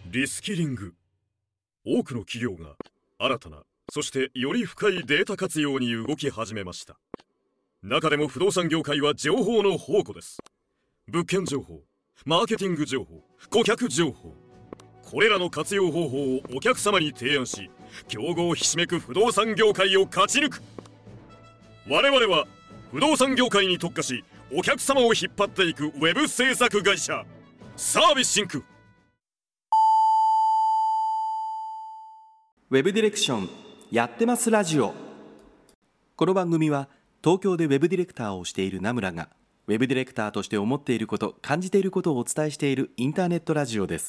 リスキリング。多くの企業が新たな、そしてより深いデータ活用に動き始めました。中でも不動産業界は情報の宝庫です。物件情報、マーケティング情報、顧客情報、これらの活用方法をお客様に提案し、競合ひしめく不動産業界を勝ち抜く。我々は不動産業界に特化し、お客様を引っ張っていくウェブ制作会社サービスシンク。 ウェブディレクションやってますラジオ。この番組は東京でウェブディレクターをしている名村がウェブディレクターとして思っていること、感じていることをお伝えしているインターネットラジオです。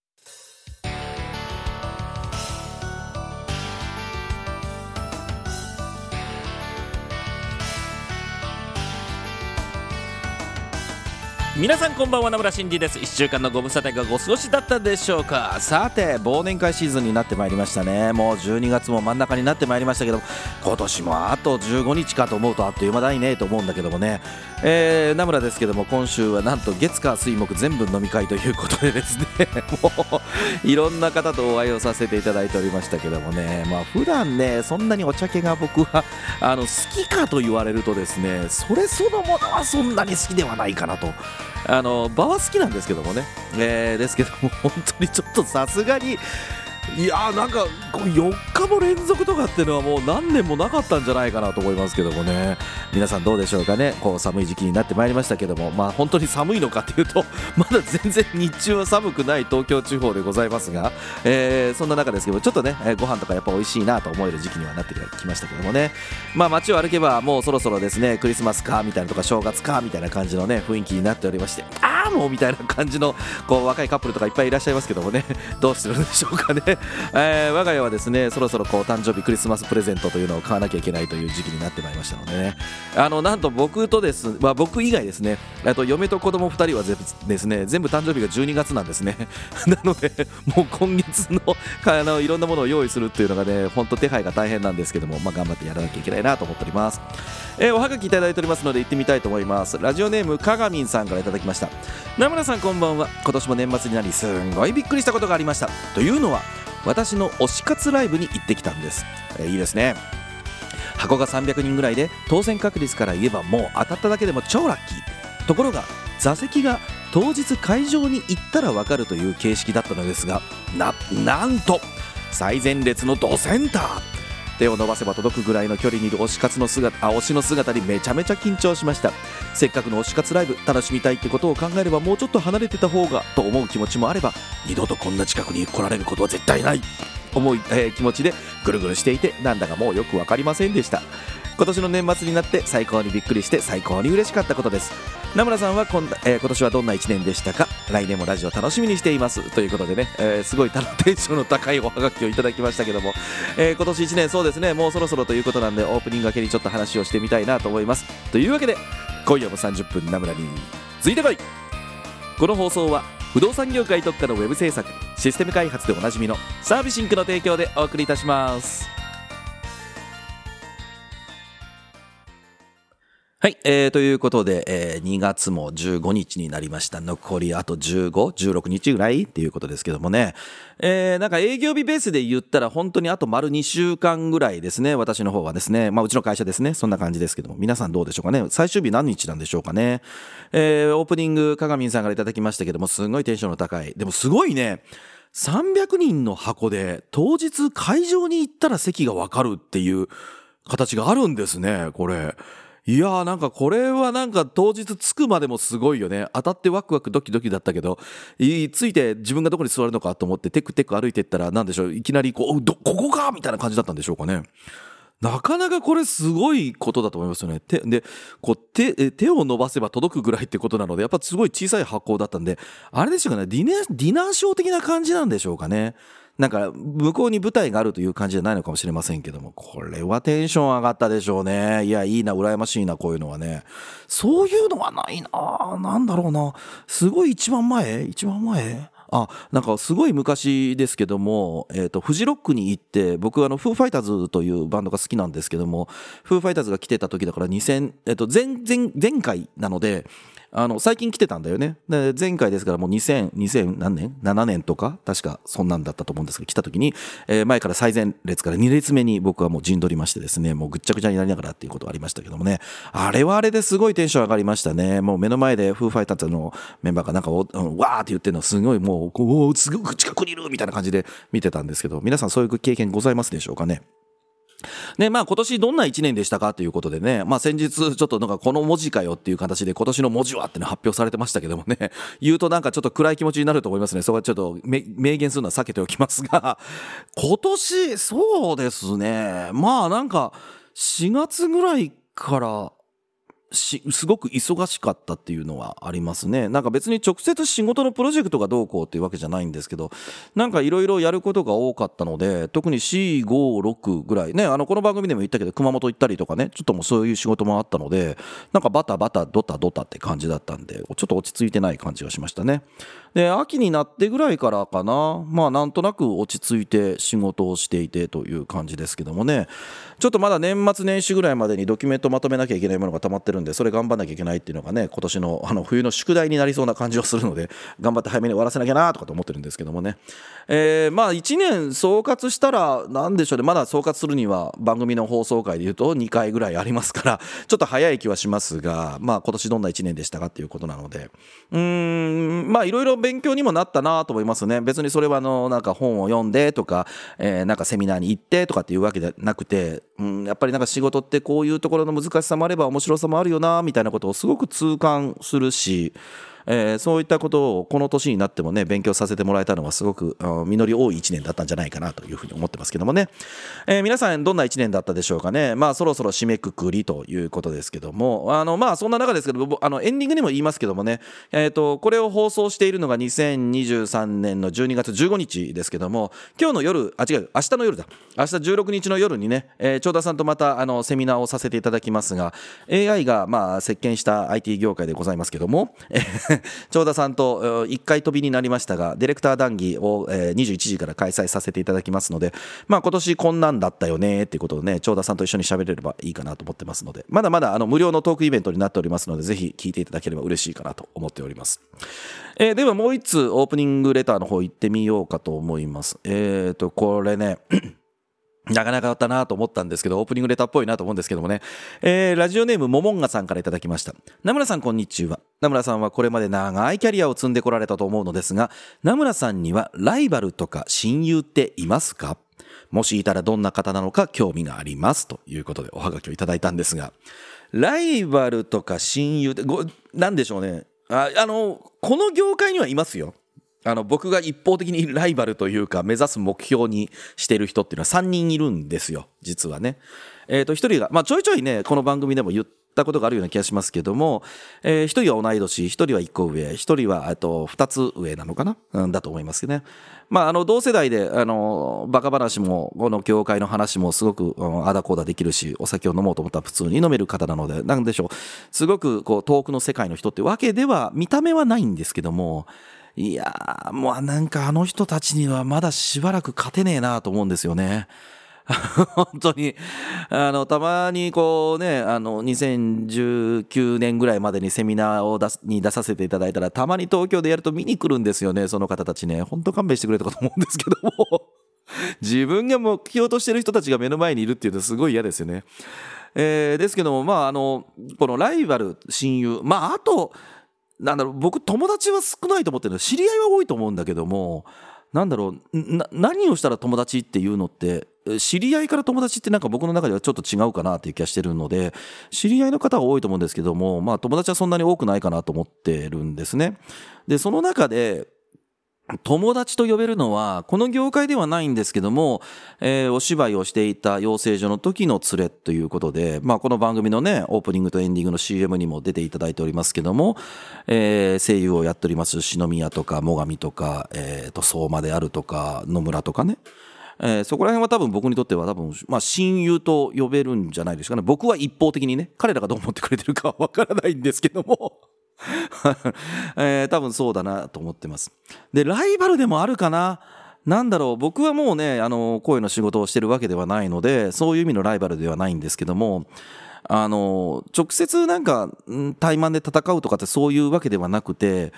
皆さんこんばんは、名村真司です。1週間のご無沙汰がご過ごしだったでしょうか。さて忘年会シーズンになってまいりましたね。もう12月も真ん中になってまいりましたけども、今年もあと15日かと思うとあっという間だいねと思うんだけどもね、名村ですけども、今週はなんと月火水木全部飲み会ということでですねもういろんな方とお会いをさせていただいておりましたけどもね、普段ねそんなにお茶系が僕は好きかと言われるとですね、それそのものはそんなに好きではないかなと。場は好きなんですけどもね、ですけども本当にちょっとさすがになんか4日も連続とかっていうのはもう何年もなかったんじゃないかなと思いますけどもね。皆さんどうでしょうかね。寒い時期になってまいりましたけども、本当に寒いのかというとまだ全然日中は寒くない東京地方でございますが、そんな中ですけどちょっとね、ご飯とかやっぱ美味しいなと思える時期にはなってきましたけどもね。街を歩けばもうそろそろですね、クリスマスかみたいなとか正月かみたいな感じのね雰囲気になっておりまして、もうみたいな感じの若いカップルとかいっぱいいらっしゃいますけどもね、どうしてるんでしょうかね。我が家はですね、そろそろ誕生日クリスマスプレゼントというのを買わなきゃいけないという時期になってまいりましたのでね、なんと僕とです、僕以外ですね、嫁と子供2人はですね全部誕生日が12月なんですねなのでもう今月のいろんなものを用意するっていうのがね、本当手配が大変なんですけども、頑張ってやらなきゃいけないなと思っております。おはがきいただいておりますので行ってみたいと思います。ラジオネームかがみんさんからいただきました。名村さんこんばんは。今年も年末になりすんごいびっくりしたことがありました。というのは私の推し活ライブに行ってきたんです。いいですね。箱が300人ぐらいで当選確率から言えばもう当たっただけでも超ラッキー。ところが座席が当日会場に行ったら分かるという形式だったのですが、なんと最前列のドセンター、手を伸ばせば届くぐらいの距離にいる推しの姿にめちゃめちゃ緊張しました。せっかくの推し活ライブ楽しみたいってことを考えればもうちょっと離れてた方がと思う気持ちもあれば、二度とこんな近くに来られることは絶対ない気持ちでぐるぐるしていて、なんだかもうよく分かりませんでした。今年の年末になって最高にびっくりして最高に嬉しかったことです。名村さんは今年はどんな1年でしたか。来年もラジオ楽しみにしていますということでね、すごいテンションの高いおはがきをいただきましたけども、今年1年そうですね、もうそろそろということなんでオープニング明けにちょっと話をしてみたいなと思います。というわけで今夜も30分名村についてこい。この放送は不動産業界特化のウェブ制作システム開発でおなじみのサービシンクの提供でお送りいたします。はい、ということで、2月も15日になりました。残りあと15、16日ぐらいっていうことですけどもね、なんか営業日ベースで言ったら本当にあと丸2週間ぐらいですね。私の方はですね、うちの会社ですね、そんな感じですけども、皆さんどうでしょうかね。最終日何日なんでしょうかね。オープニングかがみんさんからいただきましたけども、すごいテンションの高い、でもすごいね、300人の箱で当日会場に行ったら席が分かるっていう形があるんですね、これ。なんかこれはなんか当日着くまでもすごいよね。当たってワクワクドキドキだったけど、着いて自分がどこに座るのかと思ってテクテク歩いていったら、なんでしょう、いきなりここかみたいな感じだったんでしょうかね。なかなかこれすごいことだと思いますよね。手を伸ばせば届くぐらいってことなので、やっぱすごい小さい箱だったんで、あれでしょうかね、ディナーショー的な感じなんでしょうかね。なんか向こうに舞台があるという感じじゃないのかもしれませんけども、これはテンション上がったでしょうね。いいな、羨ましいな、こういうのはね。そういうのはないな。なんだろうな。すごい一番前なんかすごい昔ですけども、フジロックに行って、僕フーファイターズというバンドが好きなんですけども、フーファイターズが来てた時だから前回なので、 最近来てたんだよね。で前回ですからもう2000何年 ?7 年とか確かそんなんだったと思うんですけど、来た時に、前から最前列から2列目に僕はもう陣取りましてですね、もうぐっちゃぐちゃになりながらっていうことがありましたけどもね、あれはあれですごいテンション上がりましたね。もう目の前でフーファイターズのメンバーがなんかわーって言ってるのすごいもうすごく近くにいるみたいな感じで見てたんですけど、皆さんそういう経験ございますでしょうかね。で今年どんな1年でしたかということでね、先日ちょっとなんかこの文字かよっていう形で今年の文字はっての発表されてましたけどもね、言うとなんかちょっと暗い気持ちになると思いますね。そこはちょっと明言するのは避けておきますが、今年そうですね、なんか4月ぐらいからすごく忙しかったっていうのはありますね。なんか別に直接仕事のプロジェクトがどうこうっていうわけじゃないんですけど、なんかいろいろやることが多かったので、特に4、5、6ぐらいね、この番組でも言ったけど熊本行ったりとかね、ちょっともうそういう仕事もあったので、なんかバタバタドタドタって感じだったんで、ちょっと落ち着いてない感じがしましたね。で秋になってぐらいからかな、なんとなく落ち着いて仕事をしていてという感じですけどもね、ちょっとまだ年末年始ぐらいまでにドキュメントまとめなきゃいけないものが溜まってるんで、それ頑張んなきゃいけないっていうのがね、今年の冬の宿題になりそうな感じはするので、頑張って早めに終わらせなきゃなとかと思ってるんですけどもね、1年総括したらなんでしょうね、まだ総括するには番組の放送回でいうと2回ぐらいありますからちょっと早い気はしますが、今年どんな1年でしたかっていうことなので、いろいろ勉強にもなったなと思いますね。別にそれはなんか本を読んでとか、なんかセミナーに行ってとかっていうわけじゃなくて、やっぱりなんか仕事ってこういうところの難しさもあれば面白さもあるよなみたいなことをすごく痛感するし、そういったことをこの年になってもね勉強させてもらえたのはすごく実り多い1年だったんじゃないかなというふうに思ってますけどもね、皆さんどんな1年だったでしょうかね。そろそろ締めくくりということですけども、そんな中ですけどエンディングにも言いますけどもね、これを放送しているのが2023年の12月15日ですけども、今日の夜明日の夜だ、明日16日の夜にね、長田さんとまたセミナーをさせていただきますが、 AI が席巻した IT 業界でございますけども長田さんと1回飛びになりましたが、ディレクター談義を21時から開催させていただきますので、今年こんなんだったよねっていうことをね、長田さんと一緒に喋れればいいかなと思ってますので、まだまだ無料のトークイベントになっておりますので、ぜひ聞いていただければ嬉しいかなと思っております。ではもう一つオープニングレターの方行ってみようかと思います。これねなかなかだったなと思ったんですけど、オープニングレターっぽいなと思うんですけどもね、ラジオネームももんがさんからいただきました。名村さんこんにちは。名村さんはこれまで長いキャリアを積んでこられたと思うのですが、名村さんにはライバルとか親友っていますか？もしいたらどんな方なのか興味がありますということでおはがきをいただいたんですが、ライバルとか親友ってなんでしょうね。この業界にはいますよ。僕が一方的にライバルというか目指す目標にしている人っていうのは3人いるんですよ、実はね。1人が、ちょいちょいねこの番組でも言ったことがあるような気がしますけども、1人は同い年、1人は1個上、1人は2つ上なのかな、だと思いますけどね。同世代でバカ話もこの業界の話もすごくあだこうだできるし、お酒を飲もうと思ったら普通に飲める方なので、なんでしょう、すごく遠くの世界の人ってわけでは見た目はないんですけども、いやーもうなんかあの人たちにはまだしばらく勝てねえなと思うんですよね。本当にたまに2019年ぐらいまでにセミナーに出させていただいたら、たまに東京でやると見に来るんですよね、その方たちね。本当勘弁してくれとかと思うんですけども自分が目標としてる人たちが目の前にいるっていうのはすごい嫌ですよね。ですけどもこのライバル親友、あと僕友達は少ないと思ってるの、知り合いは多いと思うんだけども、何をしたら友達っていうのって、知り合いから友達ってなんか僕の中ではちょっと違うかなっていう気がしてるので、知り合いの方は多いと思うんですけども、友達はそんなに多くないかなと思ってるんですね。でその中で友達と呼べるのはこの業界ではないんですけども、お芝居をしていた養成所の時の連れということで、この番組のねオープニングとエンディングの CM にも出ていただいておりますけども、声優をやっております篠宮とか最上とか、相馬であるとか野村とかね、そこら辺は多分僕にとっては親友と呼べるんじゃないですかね。僕は一方的にね、彼らがどう思ってくれてるかはわからないんですけども多分そうだなと思ってます。でライバルでもあるかな。僕はもうね声の仕事をしてるわけではないので、そういう意味のライバルではないんですけども、 直接なんか対マンで戦うとかってそういうわけではなくて、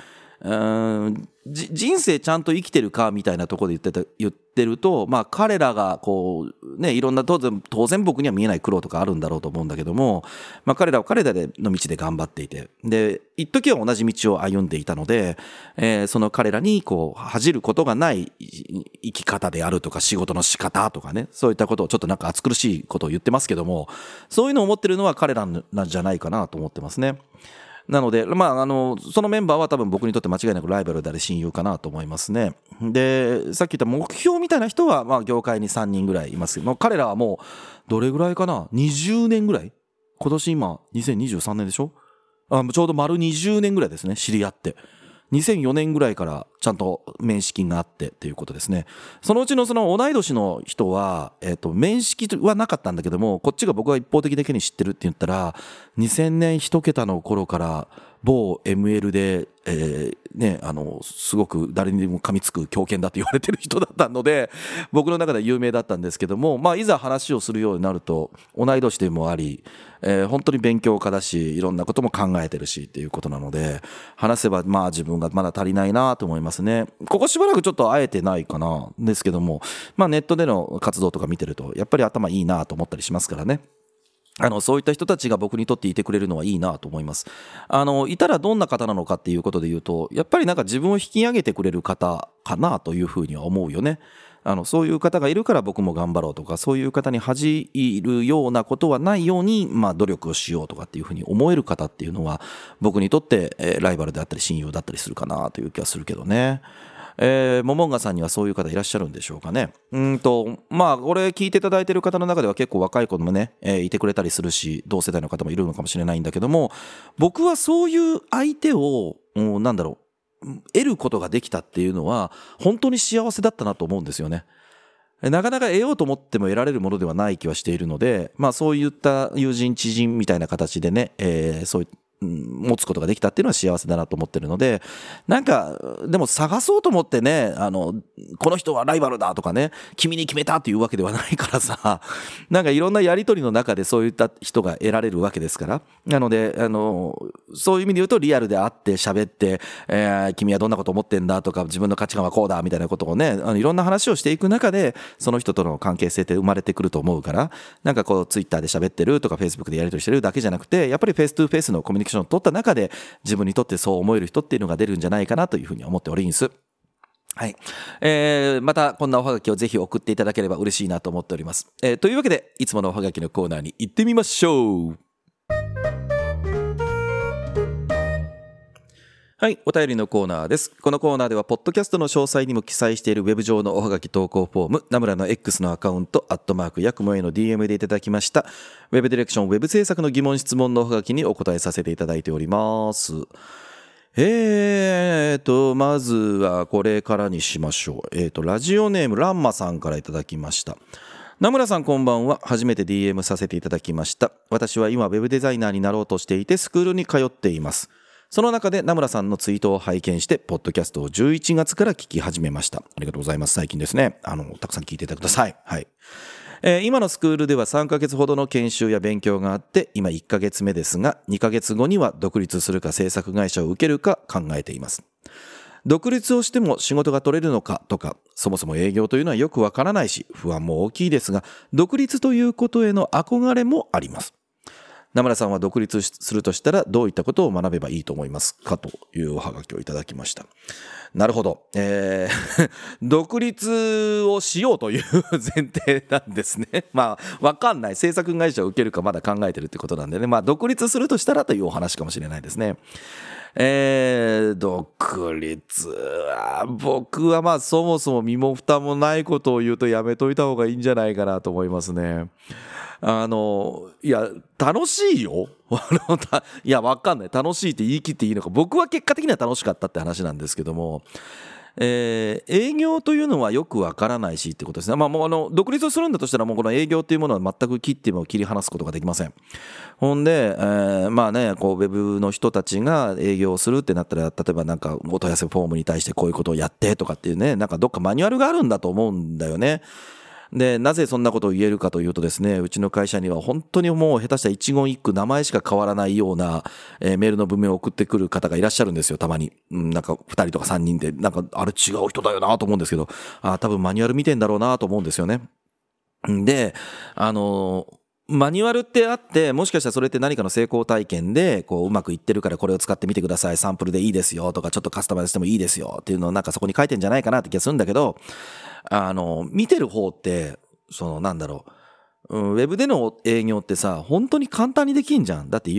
人生ちゃんと生きてるかみたいなところで言ってると、まあ彼らがこうね、いろんな当然僕には見えない苦労とかあるんだろうと思うんだけども、まあ彼らは彼らの道で頑張っていて、で一時は同じ道を歩んでいたので、その彼らにこう恥じることがない生き方であるとか仕事の仕方とかね、そういったことをちょっとなんか暑苦しいことを言ってますけども、そういうのを思ってるのは彼らなんじゃないかなと思ってますね。なので、まあ、そのメンバーは多分僕にとって間違いなくライバルであり親友かなと思いますね。で、さっき言った目標みたいな人は、まあ、業界に3人ぐらいいますけど、彼らはもう、どれぐらいかな ?20 年ぐらい今年今、2023年でしょ？ちょうど丸20年ぐらいですね、知り合って。2004年ぐらいからちゃんと面識があってっていうことですね。そのうちのその同い年の人は、面識はなかったんだけども、こっちが僕が一方的だけに知ってるって言ったら、2000年一桁の頃から某 ML で、すごく誰にでも噛みつく狂犬だと言われてる人だったので、僕の中では有名だったんですけども、まあいざ話をするようになると、同い年でもあり、本当に勉強家だし、いろんなことも考えてるしっていうことなので、話せばまあ自分がまだ足りないなと思いますね。ここしばらくちょっと会えてないかなですけども、まあネットでの活動とか見てると、やっぱり頭いいなと思ったりしますからね。そういった人たちが僕にとっていてくれるのはいいなと思います。いたらどんな方なのかっていうことで言うと、やっぱりなんか自分を引き上げてくれる方かなというふうには思うよね。そういう方がいるから僕も頑張ろうとか、そういう方に恥じるようなことはないように、まあ努力をしようとかっていうふうに思える方っていうのは、僕にとって、ライバルであったり親友だったりするかなという気がするけどね。モモンガさんにはそういう方いらっしゃるんでしょうかね。まあこれ聞いていただいている方の中では結構若い子もね、いてくれたりするし、同世代の方もいるのかもしれないんだけども、僕はそういう相手を得ることができたっていうのは本当に幸せだったなと思うんですよね。なかなか得ようと思っても得られるものではない気はしているので、まあそういった友人知人みたいな形でね、そういった持つことができたっていうのは幸せだなと思ってるので、なんかでも探そうと思ってね、この人はライバルだとかね、君に決めたっていうわけではないからさ、なんかいろんなやり取りの中でそういった人が得られるわけですから、なのでそういう意味で言うとリアルで会って喋って、君はどんなこと思ってんだとか、自分の価値観はこうだみたいなことをね、いろんな話をしていく中でその人との関係性って生まれてくると思うから、なんかこうツイッターで喋ってるとかフェイスブックでやり取りしてるだけじゃなくて、やっぱりフェイストゥフェイスのコミュニケーションを取った中で自分にとってそう思える人っていうのが出るんじゃないかなというふうに思っております。はい。またこんなおはがきをぜひ送っていただければ嬉しいなと思っております。というわけでいつものおはがきのコーナーに行ってみましょう。はい、お便りのコーナーです。このコーナーではポッドキャストの詳細にも記載しているウェブ上のおはがき投稿フォーム、ナムラの X のアカウント、@やくもへの DM でいただきましたウェブディレクション、ウェブ制作の疑問質問のおはがきにお答えさせていただいております。まずはこれからにしましょう。ラジオネームランマさんからいただきました。名村さんこんばんは。初めて DM させていただきました。私は今ウェブデザイナーになろうとしていてスクールに通っています。その中で名村さんのツイートを拝見してポッドキャストを11月から聞き始めました。ありがとうございます。最近ですね。たくさん聞いていただください。はい。今のスクールでは3ヶ月ほどの研修や勉強があって今1ヶ月目ですが、2ヶ月後には独立するか制作会社を受けるか考えています。独立をしても仕事が取れるのかとか、そもそも営業というのはよくわからないし不安も大きいですが、独立ということへの憧れもあります。名村さんは独立するとしたらどういったことを学べばいいと思いますか、というおはがきをいただきました。なるほど、独立をしようという前提なんですね。まあわかんない、制作会社を受けるかまだ考えてるってことなんでね、まあ独立するとしたらというお話かもしれないですね。独立は僕はまあそもそも身も蓋もないことを言うとやめといた方がいいんじゃないかなと思いますね。いや楽しいよいやわかんない、楽しいって言い切っていいのか。僕は結果的には楽しかったって話なんですけども、営業というのはよくわからないしってことですね。まあもう独立をするんだとしたらもうこの営業というものは全く切っても切り離すことができません。ほんで、まあね、こうウェブの人たちが営業をするってなったら、例えばなんかお問い合わせフォームに対してこういうことをやってとかっていうね、なんかどっかマニュアルがあるんだと思うんだよね。 で、なぜそんなことを言えるかというとですね、うちの会社には本当にもう下手したら一言一句名前しか変わらないような、メールの文面を送ってくる方がいらっしゃるんですよ、たまに。なんか2人とか3人で、なんかあれ違う人だよなと思うんですけど、多分マニュアル見てんだろうなと思うんですよね。で、マニュアルってあって、もしかしたらそれって何かの成功体験で、こう、うまくいってるからこれを使ってみてください。サンプルでいいですよとか、ちょっとカスタマイズしてもいいですよっていうのをなんかそこに書いてんじゃないかなって気がするんだけど、見てる方って、なんだろう。ウェブでの営業ってさ、本当に簡単にできんじゃん。だって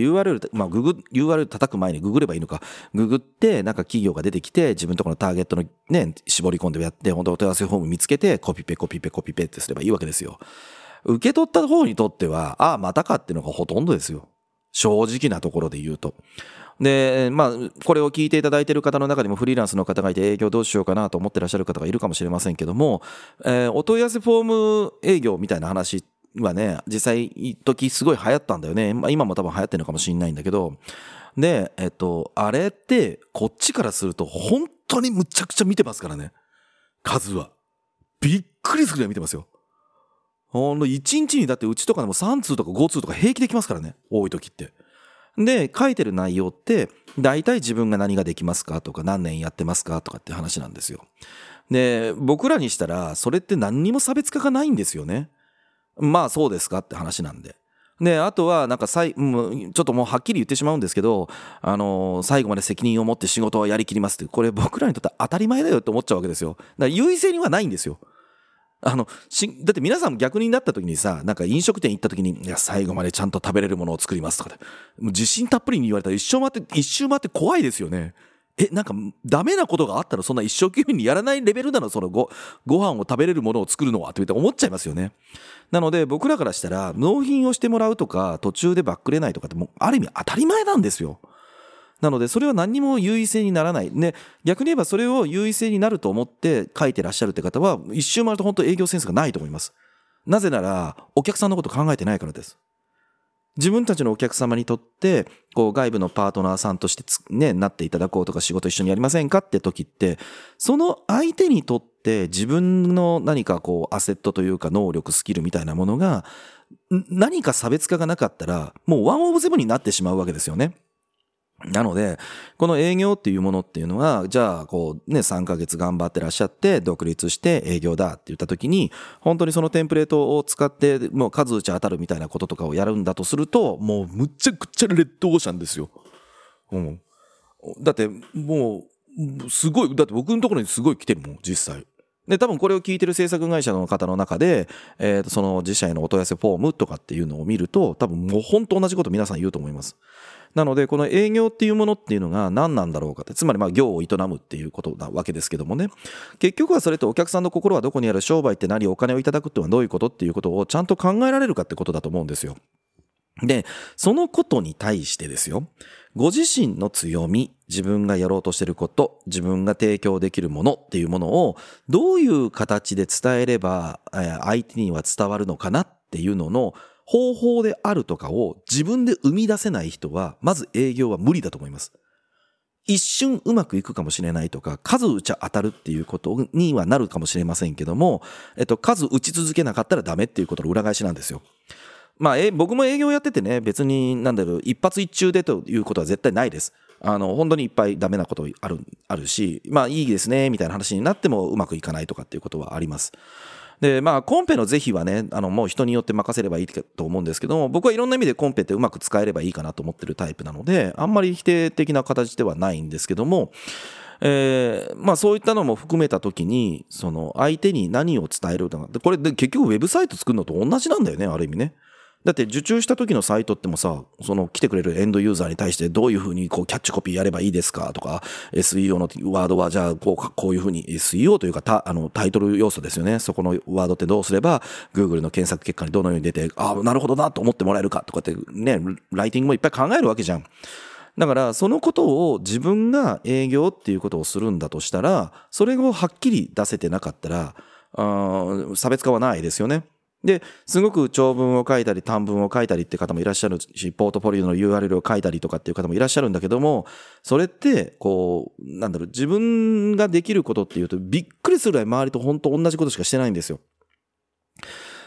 URL 叩く前にググればいいのか。ググって、なんか企業が出てきて、自分のところのターゲットのね、絞り込んでやって、本当お問い合わせフォーム見つけて、コピペってすればいいわけですよ。受け取った方にとっては、またかっていうのがほとんどですよ。正直なところで言うと。で、これを聞いていただいている方の中にもフリーランスの方がいて営業どうしようかなと思ってらっしゃる方がいるかもしれませんけども、お問い合わせフォーム営業みたいな話はね、実際一時すごい流行ったんだよね。今も多分流行ってるのかもしれないんだけど、で、あれってこっちからすると本当にむちゃくちゃ見てますからね。数は。びっくりするぐらい見てますよ。1日にだってうちとかでも3通とか5通とか平気できますからね。多い時って。で、書いてる内容って、大体自分が何ができますかとか、何年やってますかとかって話なんですよ。で、僕らにしたら、それって何にも差別化がないんですよね。そうですかって話なんで。で、あとは、なんかちょっともうはっきり言ってしまうんですけど、最後まで責任を持って仕事をやりきりますって、これ僕らにとって当たり前だよって思っちゃうわけですよ。だから優位性にはないんですよ。だって皆さんも逆になった時にさ、なんか飲食店行った時に、いや、最後までちゃんと食べれるものを作りますとかで、もう自信たっぷりに言われたら一周回って怖いですよね。なんかダメなことがあったらそんな一生懸命にやらないレベルなの、ご飯を食べれるものを作るのはって思っちゃいますよね。なので僕らからしたら納品をしてもらうとか途中でバックれないとかってもうある意味当たり前なんですよ。なのでそれは何にも優位性にならない。ね、逆に言えばそれを優位性になると思って書いてらっしゃるって方は一周回ると本当営業センスがないと思います。なぜならお客さんのこと考えてないからです。自分たちのお客様にとってこう外部のパートナーさんとしてなっていただこうとか仕事一緒にやりませんかって時ってその相手にとって自分の何かこうアセットというか能力スキルみたいなものが何か差別化がなかったらもうワンオブゼブになってしまうわけですよね。なので、この営業っていうものっていうのは、じゃあ、3ヶ月頑張ってらっしゃって、独立して営業だって言った時に、本当にそのテンプレートを使って、もう数打ち当たるみたいなこととかをやるんだとすると、もうむちゃくちゃレッドオーシャンですよ。だって、もう、すごい、だって僕のところにすごい来てるもん、実際。で、多分これを聞いてる制作会社の方の中で、その自社へのお問い合わせフォームとかっていうのを見ると、多分もう本当同じこと皆さん言うと思います。なのでこの営業っていうものっていうのが何なんだろうかって、つまり業を営むっていうことなわけですけどもね、結局はそれとお客さんの心はどこにある、商売って何、お金をいただくってのはどういうことっていうことをちゃんと考えられるかってことだと思うんですよ。で、そのことに対してですよ、ご自身の強み、自分がやろうとしていること、自分が提供できるものっていうものをどういう形で伝えれば相手には伝わるのかなっていうのの方法であるとかを自分で生み出せない人は、まず営業は無理だと思います。一瞬うまくいくかもしれないとか、数打ち当たるっていうことにはなるかもしれませんけども、数打ち続けなかったらダメっていうことの裏返しなんですよ。僕も営業やっててね、別に一発一中でということは絶対ないです。本当にいっぱいダメなことあるし、いいですねみたいな話になってもうまくいかないとかっていうことはあります。で、コンペの是非はね、もう人によって任せればいいと思うんですけども、僕はいろんな意味でコンペってうまく使えればいいかなと思ってるタイプなので、あんまり否定的な形ではないんですけども、そういったのも含めたときに、その相手に何を伝えるのか、これで結局ウェブサイト作るのと同じなんだよね、ある意味ね。だって受注した時のサイトってもさ、その来てくれるエンドユーザーに対してどういうふうにこうキャッチコピーやればいいですかとか、 SEO のワードはじゃあこういうふうに SEO というかタイトル要素ですよね。そこのワードってどうすれば Google の検索結果にどのように出て、なるほどなと思ってもらえるかとかってね、ライティングもいっぱい考えるわけじゃん。だからそのことを自分が営業っていうことをするんだとしたら、それをはっきり出せてなかったら差別化はないですよね。で、すごく長文を書いたり短文を書いたりって方もいらっしゃるし、ポートフォリオの URL を書いたりとかっていう方もいらっしゃるんだけども、それって自分ができることっていうとびっくりするぐらい周りと本当同じことしかしてないんですよ。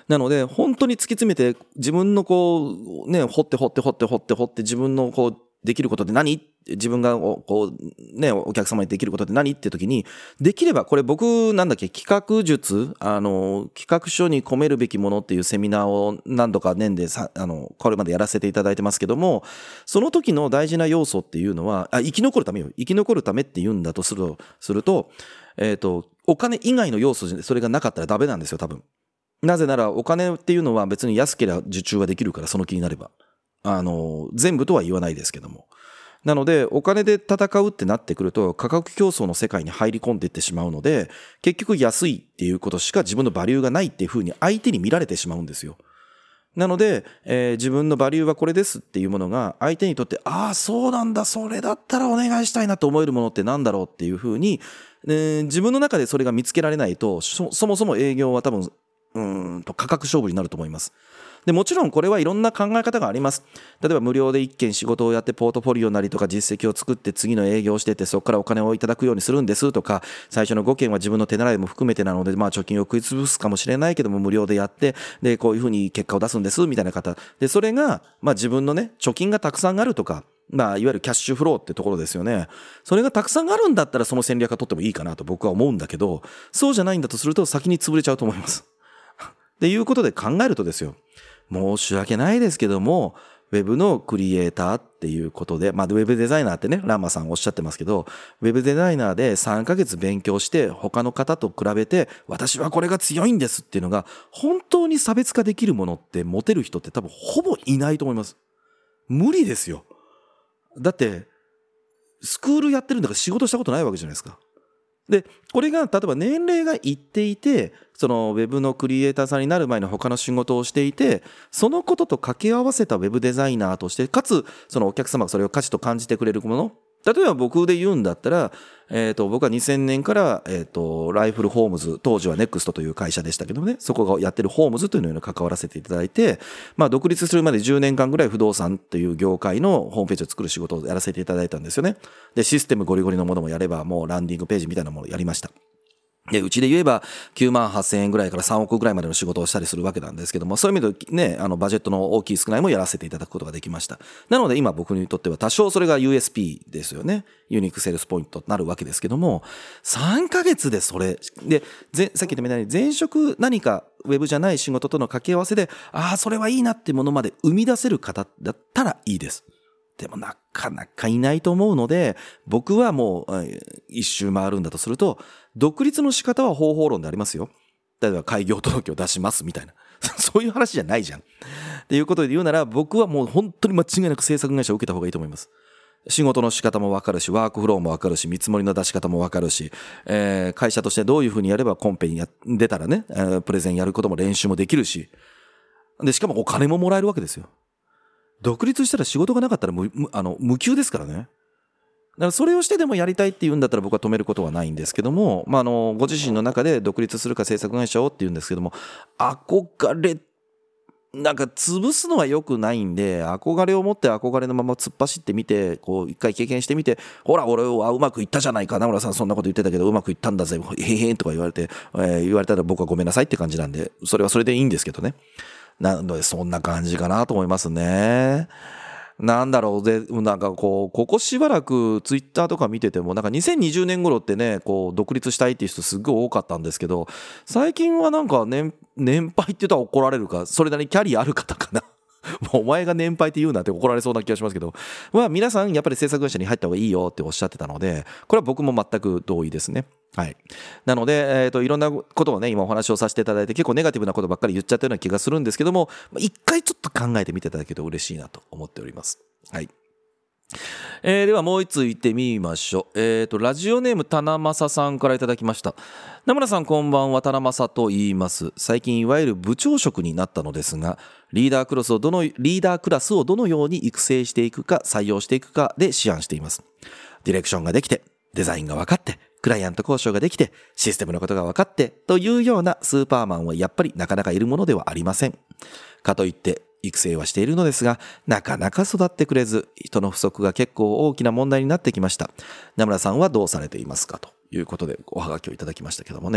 なので本当に突き詰めて自分のこうね掘って自分のこうできることって何？自分がこうねお客様にできることって何って時に、できればこれ僕企画術企画書に込めるべきものっていうセミナーを何度か年でこれまでやらせていただいてますけども、その時の大事な要素っていうのは生き残るためって言うんだとするとお金以外の要素でそれがなかったらダメなんですよ多分。なぜならお金っていうのは別に安ければ受注はできるから、その気になれば全部とは言わないですけども。なのでお金で戦うってなってくると価格競争の世界に入り込んでいってしまうので、結局安いっていうことしか自分のバリューがないっていうふうに相手に見られてしまうんですよ。なので、自分のバリューはこれですっていうものが相手にとってそうなんだ、それだったらお願いしたいなと思えるものってなんだろうっていうふうに、自分の中でそれが見つけられないとそもそも営業は多分価格勝負になると思います。でもちろんこれはいろんな考え方があります。例えば無料で1件仕事をやってポートフォリオなりとか実績を作って次の営業をしててそこからお金をいただくようにするんですとか、最初の5件は自分の手習いも含めてなので貯金を食い潰すかもしれないけども無料でやってでこういうふうに結果を出すんですみたいな方で、それが自分のね貯金がたくさんあるとかいわゆるキャッシュフローってところですよね。それがたくさんあるんだったらその戦略は取ってもいいかなと僕は思うんだけど、そうじゃないんだとすると先に潰れちゃうと思いますっていうことで考えるとですよ、申し訳ないですけどもウェブのクリエイターっていうことで、ウェブデザイナーってねランマさんおっしゃってますけど、ウェブデザイナーで3ヶ月勉強して他の方と比べて私はこれが強いんですっていうのが本当に差別化できるものって持てる人って多分ほぼいないと思います。無理ですよ。だってスクールやってるんだから仕事したことないわけじゃないですか。でこれが例えば年齢がいっていてそのウェブのクリエイターさんになる前の他の仕事をしていて、そのことと掛け合わせたウェブデザイナーとしてかつそのお客様がそれを価値と感じてくれるもの、例えば僕で言うんだったら、僕は2000年から、ライフルホームズ、当時はネクストという会社でしたけどね、そこがやってるホームズというのに関わらせていただいて、独立するまで10年間ぐらい不動産という業界のホームページを作る仕事をやらせていただいたんですよね。で、システムゴリゴリのものもやれば、もうランディングページみたいなものをやりました。で、うちで言えば9万8000円ぐらいから3億ぐらいまでの仕事をしたりするわけなんですけども、そういう意味でね、バジェットの大きい少ないもやらせていただくことができました。なので今僕にとっては多少それが USP ですよね。ユニークセールスポイントとなるわけですけども、3ヶ月でそれ、で、さっき言ったみたいに前職何かウェブじゃない仕事との掛け合わせで、それはいいなってものまで生み出せる方だったらいいです。でもなかなかいないと思うので、僕はもう一周回るんだとすると、独立の仕方は方法論でありますよ。例えば開業届を出しますみたいな。そういう話じゃないじゃん。っていうことで言うなら、僕はもう本当に間違いなく制作会社を受けた方がいいと思います。仕事の仕方も分かるし、ワークフローも分かるし、見積もりの出し方も分かるし、会社としてどういうふうにやればコンペに出たらね、プレゼンやることも練習もできるし、で、しかもお金ももらえるわけですよ。独立したら仕事がなかったら無給ですからね。だからそれをしてでもやりたいって言うんだったら僕は止めることはないんですけども、ご自身の中で独立するか制作会社をって言うんですけども、憧れ、なんか潰すのは良くないんで、憧れを持って憧れのまま突っ走ってみて、こう一回経験してみて、ほら俺はうまくいったじゃないか、名村さんそんなこと言ってたけどうまくいったんだぜ、へへんとか言われたら僕はごめんなさいって感じなんで、それはそれでいいんですけどね。なのでそんな感じかなと思いますね。なんだろう。で、なんかここしばらくツイッターとか見てても、なんか2020年頃ってね、独立したいっていう人すっごい多かったんですけど、最近はなんか年配って言ったら怒られるか、それなりにキャリアある方かな。もうお前が年配って言うなって怒られそうな気がしますけど、皆さんやっぱり制作会社に入った方がいいよっておっしゃってたので、これは僕も全く同意ですね。はい。なので、いろんなことをね、今お話をさせていただいて、結構ネガティブなことばっかり言っちゃったような気がするんですけども、一回ちょっと考えてみていただけると嬉しいなと思っております。はい。ではもう一つ言ってみましょう。ラジオネーム棚正さんからいただきました。名村さんこんばんは、棚正と言います。最近いわゆる部長職になったのですが、リーダークラスをどのように育成していくか採用していくかで思案しています。ディレクションができて、デザインが分かって、クライアント交渉ができて、システムのことが分かってというようなスーパーマンはやっぱりなかなかいるものではありません。かといって育成はしているのですが、なかなか育ってくれず、人の不足が結構大きな問題になってきました。名村さんはどうされていますかということでおはがきをいただきましたけどもね。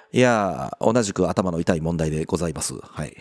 いや同じく頭の痛い問題でございます。はい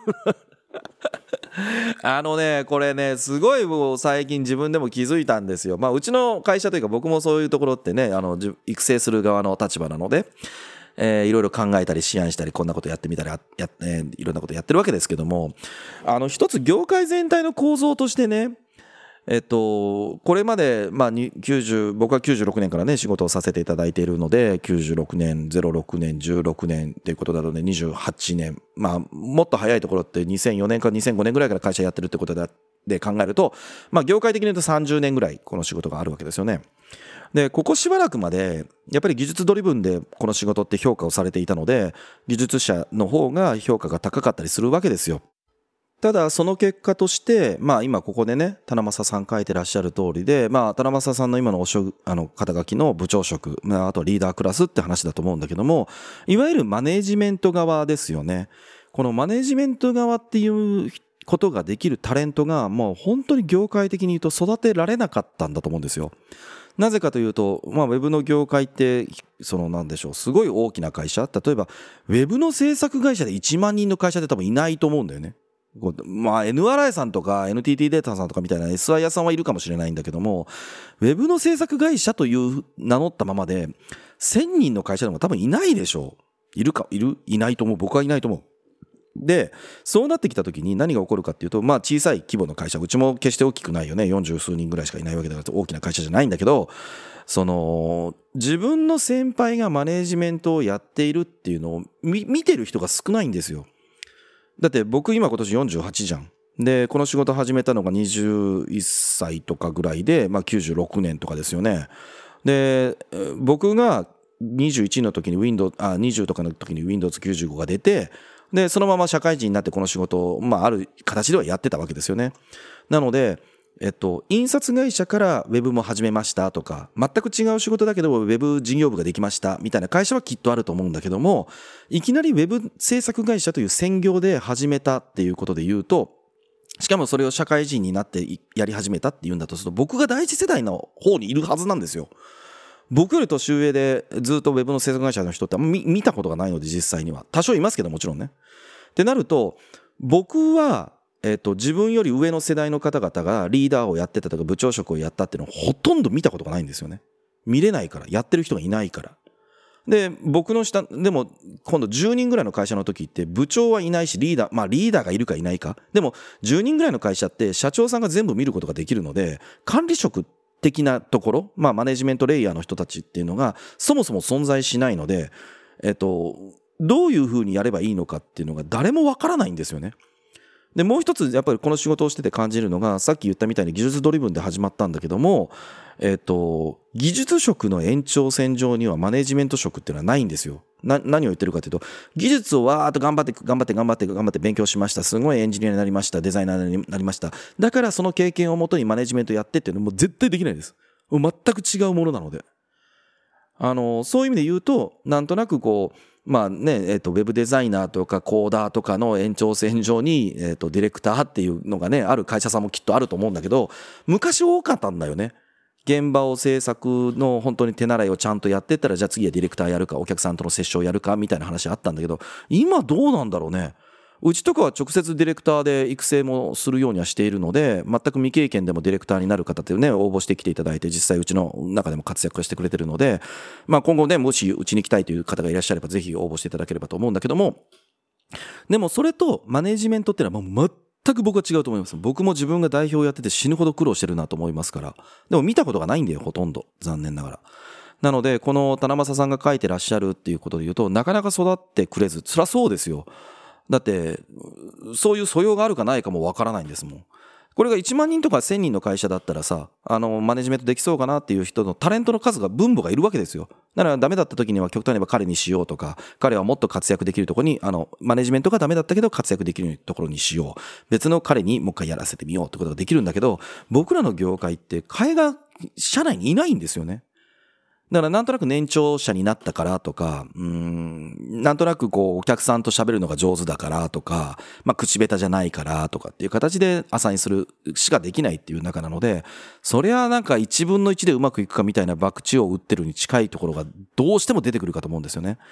これねすごいもう最近自分でも気づいたんですよ。うちの会社というか僕もそういうところってね育成する側の立場なので、いろいろ考えたり思案したりこんなことやってみたりいろんなことやってるわけですけども、一つ業界全体の構造としてね、これまで、僕は96年からね仕事をさせていただいているので、96年、06年、16年ということなので28年、もっと早いところって2004年から2005年ぐらいから会社やってるってことで考えると、業界的に言うと30年ぐらいこの仕事があるわけですよね。で、ここしばらくまでやっぱり技術ドリブンでこの仕事って評価をされていたので、技術者の方が評価が高かったりするわけですよ。ただその結果として、今ここでね田正さん書いてらっしゃる通りで、田正さんの今の肩書きの部長職、あとはリーダークラスって話だと思うんだけども、いわゆるマネージメント側ですよね。このマネージメント側っていうことができるタレントがもう本当に業界的に言うと育てられなかったんだと思うんですよ。なぜかというと、ウェブの業界ってなんでしょう、すごい大きな会社、例えばウェブの制作会社で1万人の会社って多分いないと思うんだよね。NRI さんとか NTT データさんとかみたいな SIR さんはいるかもしれないんだけども、ウェブの制作会社という名乗ったままで1000人の会社でも多分いないでしょう。いないと思う。僕はいないと思う。で、そうなってきた時に何が起こるかっていうと、小さい規模の会社、うちも決して大きくないよね、40数人ぐらいしかいないわけだから大きな会社じゃないんだけど、自分の先輩がマネージメントをやっているっていうのを見てる人が少ないんですよ。だって僕今年48じゃん。でこの仕事始めたのが21歳とかぐらいで、96年とかですよね。で僕が21の時に20とかの時に Windows95 が出て、でそのまま社会人になってこの仕事を、ある形ではやってたわけですよね。なので印刷会社からウェブも始めましたとか、全く違う仕事だけどウェブ事業部ができましたみたいな会社はきっとあると思うんだけども、いきなりウェブ制作会社という専業で始めたっていうことで言うと、しかもそれを社会人になってやり始めたっていうんだとすると、僕が第一世代の方にいるはずなんですよ。僕より年上でずっとウェブの制作会社の人って見たことがないので、実際には多少いますけどもちろんね。ってなると僕は自分より上の世代の方々がリーダーをやってたとか部長職をやったっていうのをほとんど見たことがないんですよね。見れないから、やってる人がいないから。で僕の下でも今度10人ぐらいの会社の時って部長はいないしリーダーがいるかいないか、でも10人ぐらいの会社って社長さんが全部見ることができるので、管理職的なところ、マネジメントレイヤーの人たちっていうのがそもそも存在しないので、どういうふうにやればいいのかっていうのが誰もわからないんですよね。でもう一つやっぱりこの仕事をしてて感じるのが、さっき言ったみたいに技術ドリブンで始まったんだけども、技術職の延長線上にはマネジメント職っていうのはないんですよ。何を言ってるかというと、技術をわーっと頑張って勉強しました、すごいエンジニアになりました、デザイナーになりました、だからその経験をもとにマネジメントやってっていうのも絶対できないです。全く違うものなので、そういう意味で言うと、なんとなくウェブデザイナーとかコーダーとかの延長線上に、ディレクターっていうのがね、ある会社さんもきっとあると思うんだけど、昔多かったんだよね。現場を制作の本当に手習いをちゃんとやってったら、じゃあ次はディレクターやるか、お客さんとの接触をやるかみたいな話あったんだけど、今どうなんだろうね。うちとかは直接ディレクターで育成もするようにはしているので、全く未経験でもディレクターになる方ってね、応募してきていただいて、実際うちの中でも活躍してくれてるので、今後ね、もしうちに来たいという方がいらっしゃればぜひ応募していただければと思うんだけども、でもそれとマネジメントっていうのはもう全く僕は違うと思います。僕も自分が代表をやってて死ぬほど苦労してるなと思いますから。でも見たことがないんだよ、ほとんど。残念ながら。なのでこの田正さんが書いてらっしゃるっていうことで言うと、なかなか育ってくれず、そりゃそうですよ。だってそういう素養があるかないかもわからないんですもん。これが1万人とか1000人の会社だったらさ、マネジメントできそうかなっていう人のタレントの数が分母がいるわけですよ。だからダメだった時には極端に言えば彼にしようとか、彼はもっと活躍できるところにマネジメントがダメだったけど活躍できるところにしよう、別の彼にもう一回やらせてみようってことができるんだけど、僕らの業界って替えが社内にいないんですよね。だからなんとなく年長者になったからとか、なんとなくお客さんと喋るのが上手だからとか、口下手じゃないからとかっていう形でアサインするしかできないっていう中なので、そりゃなんか1分の1でうまくいくかみたいな博打を打ってるに近いところがどうしても出てくるかと思うんですよね。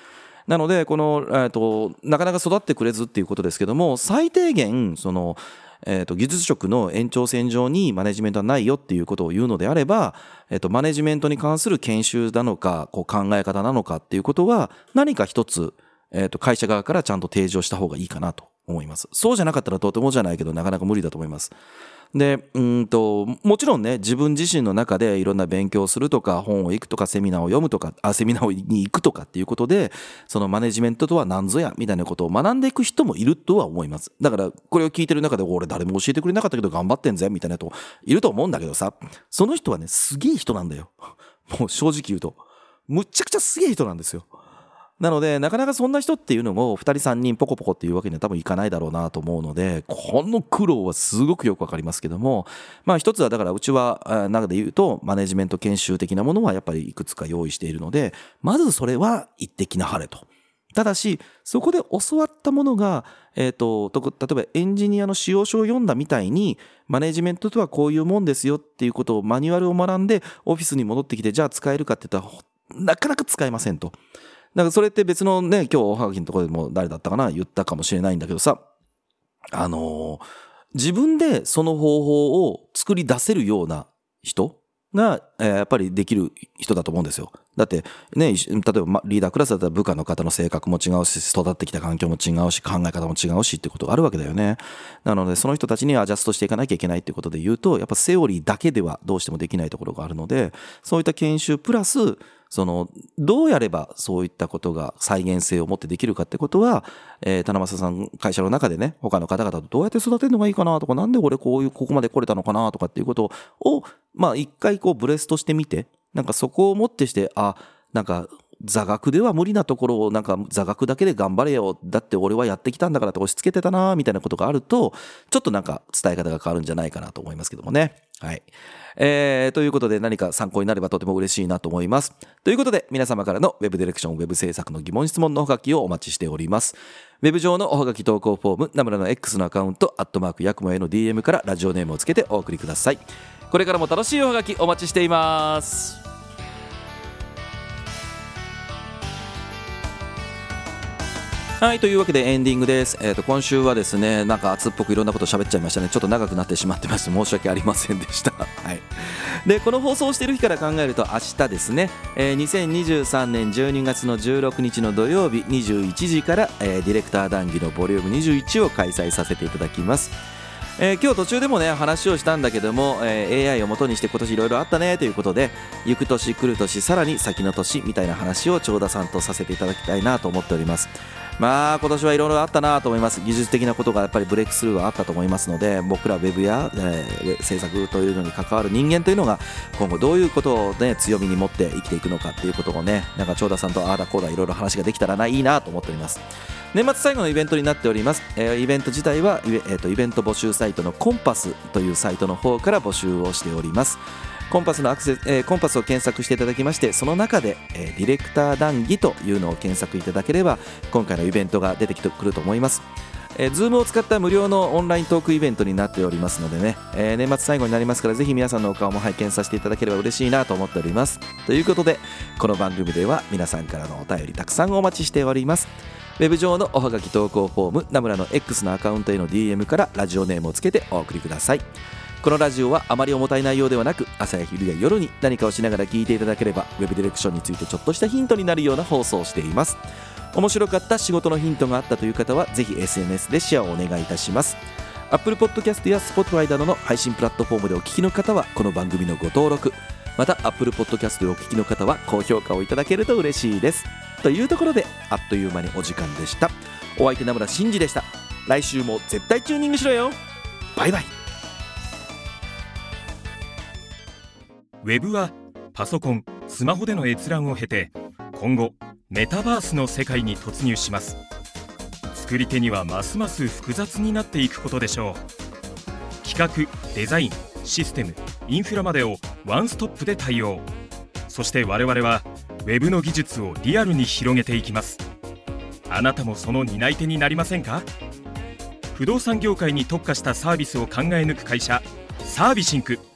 なのでこの、なかなか育ってくれずっていうことですけども、最低限その、技術職の延長線上にマネジメントはないよっていうことを言うのであれば、マネジメントに関する研修なのかこう考え方なのかっていうことは何か一つ、会社側からちゃんと提示をした方がいいかなと思います。そうじゃなかったらとてもじゃないけどなかなか無理だと思います。で、もちろんね、自分自身の中でいろんな勉強をするとか、本を行くとか、セミナーを読むとか、セミナーに行くとかっていうことで、そのマネジメントとは何ぞやみたいなことを学んでいく人もいるとは思います。だからこれを聞いてる中で、俺誰も教えてくれなかったけど頑張ってんぜみたいな人いると思うんだけどさ、その人はね、すげえ人なんだよ。もう正直言うと、むっちゃくちゃすげえ人なんですよ。なのでなかなかそんな人っていうのも2人3人ポコポコっていうわけには多分いかないだろうなと思うので、この苦労はすごくよくわかりますけども、まあ一つはだからうちは中で言うとマネジメント研修的なものはやっぱりいくつか用意しているので、まずそれは行ってきなはれと。ただしそこで教わったものが、例えばエンジニアの使用書を読んだみたいにマネジメントとはこういうもんですよっていうことをマニュアルを学んでオフィスに戻ってきて、じゃあ使えるかって言ったらなかなか使えませんと。だからそれって別のね、今日おはがきのところでも誰だったかな言ったかもしれないんだけどさ、自分でその方法を作り出せるような人が、やっぱりできる人だと思うんですよ。だってね、例えばリーダークラスだったら部下の方の性格も違うし、育ってきた環境も違うし、考え方も違うしってことがあるわけだよね。なのでその人たちにアジャストしていかなきゃいけないってことで言うと、やっぱセオリーだけではどうしてもできないところがあるので、そういった研修プラスどうやればそういったことが再現性を持ってできるかってことは、田中さん会社の中でね、他の方々とどうやって育てるのがいいかなとか、なんで俺ここまで来れたのかなとかっていうことを、まあ一回こうブレストしてみて、なんかそこをもってして、なんか座学では無理なところをなんか座学だけで頑張れよ、だって俺はやってきたんだからって押し付けてたなみたいなことがあると、ちょっとなんか伝え方が変わるんじゃないかなと思いますけどもね。はい。ということで何か参考になればとても嬉しいなと思います。ということで皆様からのウェブディレクション、ウェブ制作の疑問質問のおはがきをお待ちしております。ウェブ上のおはがき投稿フォーム、ナムラの X のアカウント、@ヤクモへの DM からラジオネームをつけてお送りください。これからも楽しいおはがきお待ちしています。はい、というわけでエンディングです。今週はですね、なんか熱っぽくいろんなこと喋っちゃいましたね。ちょっと長くなってしまってまして、申し訳ありませんでした。はい。で、この放送をしている日から考えると明日ですね、2023年12月の16日の土曜日21時から、ディレクター談義のボリューム21を開催させていただきます。今日途中でもね話をしたんだけども、AI を元にして今年いろいろあったねということで、行く年来る年さらに先の年みたいな話を長田さんとさせていただきたいなと思っております。まあ今年はいろいろあったなと思います。技術的なことがやっぱりブレイクスルーはあったと思いますので、僕らウェブや、制作というのに関わる人間というのが今後どういうことを、ね、強みに持って生きていくのかっていうことをね、なんか長田さんとああだこうだいろいろ話ができたらいいなと思っております。年末最後のイベントになっております。イベント自体はイベント募集サイトのコンパスというサイトの方から募集をしております。コンパスのコンパスを検索していただきまして、その中で、ディレクター談義というのを検索いただければ今回のイベントが出てくると思います。Zoom を使った無料のオンライントークイベントになっておりますのでね、年末最後になりますからぜひ皆さんのお顔も拝見させていただければ嬉しいなと思っております。ということでこの番組では皆さんからのお便りたくさんお待ちしております。ウェブ上のおはがき投稿フォーム、ナムラの X のアカウントへの DM からラジオネームをつけてお送りください。このラジオはあまり重たい内容ではなく、朝や昼や夜に何かをしながら聞いていただければウェブディレクションについてちょっとしたヒントになるような放送をしています。面白かった、仕事のヒントがあったという方はぜひ SNS でシェアをお願いいたします。 Apple Podcast や Spotify などの配信プラットフォームでお聞きの方はこの番組のご登録、また Apple Podcast でお聞きの方は高評価をいただけると嬉しいです。というところであっという間にお時間でした。お相手名村真司でした。来週も絶対チューニングしろよ。バイバイ。 ウェブはパソコン、スマホでの閲覧を経て今後メタバースの世界に突入します。作り手にはますます複雑になっていくことでしょう。企画、デザイン、システム、インフラまでをワンストップで対応。そして我々はウェブの技術をリアルに広げていきます。あなたもその担い手になりませんか？不動産業界に特化したサービスを考え抜く会社、サービシンク。